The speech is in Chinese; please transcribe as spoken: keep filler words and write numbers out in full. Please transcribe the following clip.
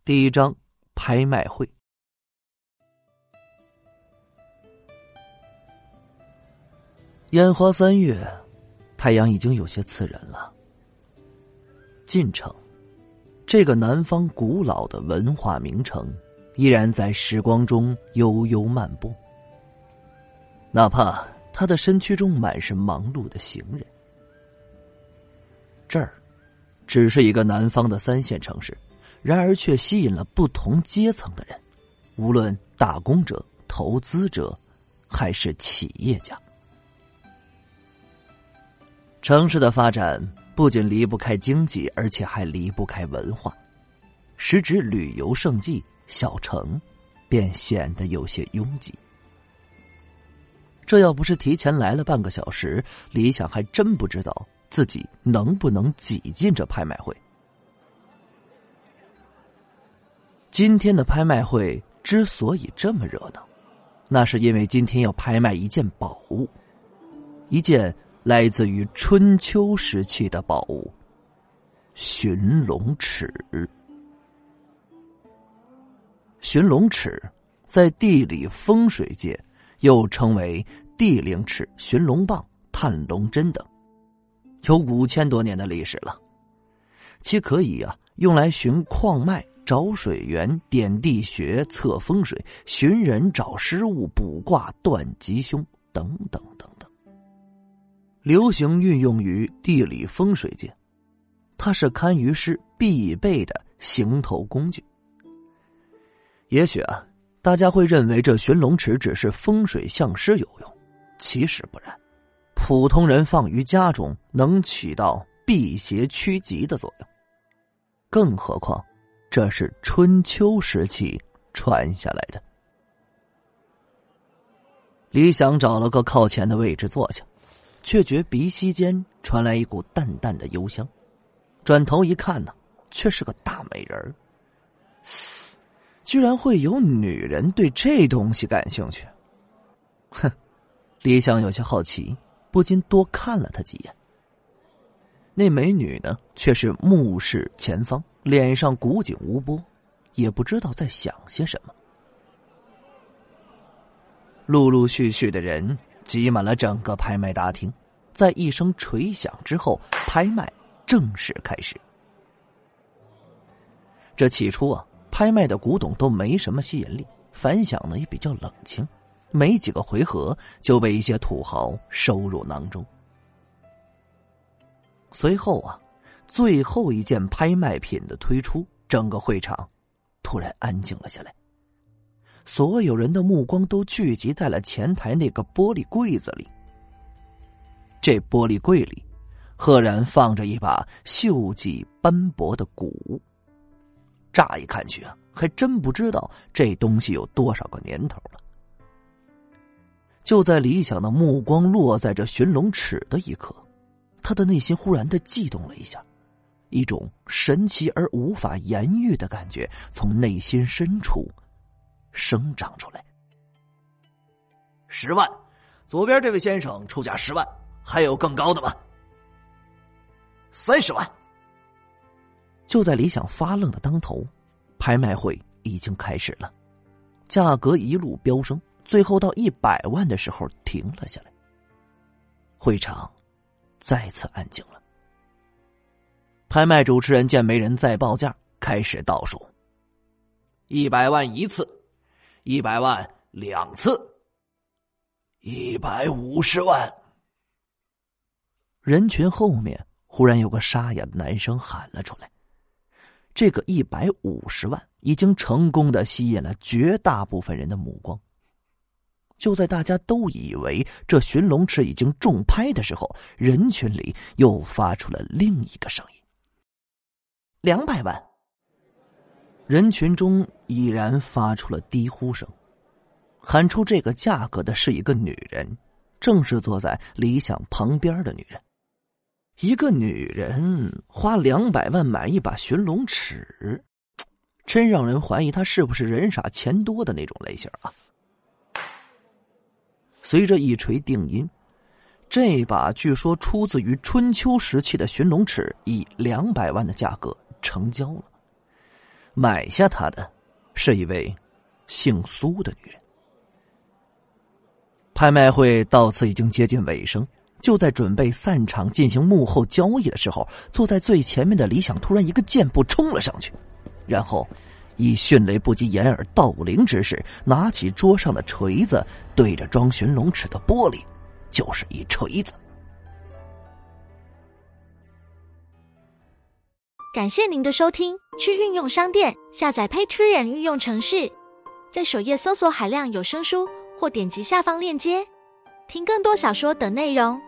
第一章拍卖会。烟花三月，太阳已经有些刺人了。晋城，这个南方古老的文化名城，依然在时光中悠悠漫步。哪怕他的身躯中满是忙碌的行人。这儿，只是一个南方的三线城市，然而却吸引了不同阶层的人，无论打工者、投资者，还是企业家。城市的发展不仅离不开经济，而且还离不开文化。时值旅游胜季，小城便显得有些拥挤。这要不是提前来了半个小时，李想还真不知道自己能不能挤进这拍卖会。今天的拍卖会之所以这么热闹，那是因为今天要拍卖一件宝物，一件来自于春秋时期的宝物——寻龙尺。寻龙尺在地理风水界又称为地灵尺、寻龙棒、探龙针等，有五千多年的历史了。其可以啊用来寻矿脉、找水源、点地穴、测风水、寻人、找失物、卜卦、断吉凶等等等等，流行运用于地理风水界。它是堪舆师必备的行头工具。也许啊大家会认为这寻龙尺只是风水相师有用，其实不然，普通人放于家中能起到辟邪趋吉的作用。更何况这是春秋时期传下来的。李想找了个靠前的位置坐下，却觉鼻息间传来一股淡淡的幽香。转头一看呢，却是个大美人儿。居然会有女人对这东西感兴趣。哼，李想有些好奇，不禁多看了她几眼。那美女呢，却是目视前方，脸上古井无波，也不知道在想些什么。陆陆续续的人挤满了整个拍卖大厅，在一声锤响之后，拍卖正式开始。这起初啊拍卖的古董都没什么吸引力，反响呢也比较冷清，没几个回合就被一些土豪收入囊中。随后啊最后一件拍卖品的推出，整个会场突然安静了下来。所有人的目光都聚集在了前台那个玻璃柜子里。这玻璃柜里赫然放着一把锈迹斑驳的古物，乍一看去啊，还真不知道这东西有多少个年头了。就在李想的目光落在这寻龙尺的一刻，他的内心忽然的悸动了一下，一种神奇而无法言喻的感觉从内心深处生长出来。十万，左边这位先生出价十万，还有更高的吗？三十万。就在李想发愣的当头，拍卖会已经开始了，价格一路飙升，最后到一百万的时候停了下来。会场再次安静了。拍卖主持人见没人再报价，开始倒数：一百万一次，一百万两次，一百五十万。人群后面忽然有个沙哑的男生喊了出来。这个一百五十万已经成功的吸引了绝大部分人的目光。就在大家都以为这寻龙尺已经中拍的时候，人群里又发出了另一个声音：两百万。人群中已然发出了低呼声。喊出这个价格的是一个女人，正是坐在李想旁边的女人。一个女人花两百万买一把寻龙尺，真让人怀疑她是不是人傻钱多的那种类型啊。随着一锤定音，这把据说出自于春秋时期的寻龙尺以两百万的价格成交了。 买下它的是一位姓苏的女人。拍卖会到此已经接近尾声，就在准备散场进行幕后交易的时候，坐在最前面的李想突然一个箭步冲了上去，然后以迅雷不及掩耳盗铃之势，拿起桌上的锤子，对着装寻龙齿的玻璃就是一锤子。 感谢您的收听，去运用商店下载 Patreon 运用程式，在首页搜索海量有声书，或点击下方链接听更多小说等内容。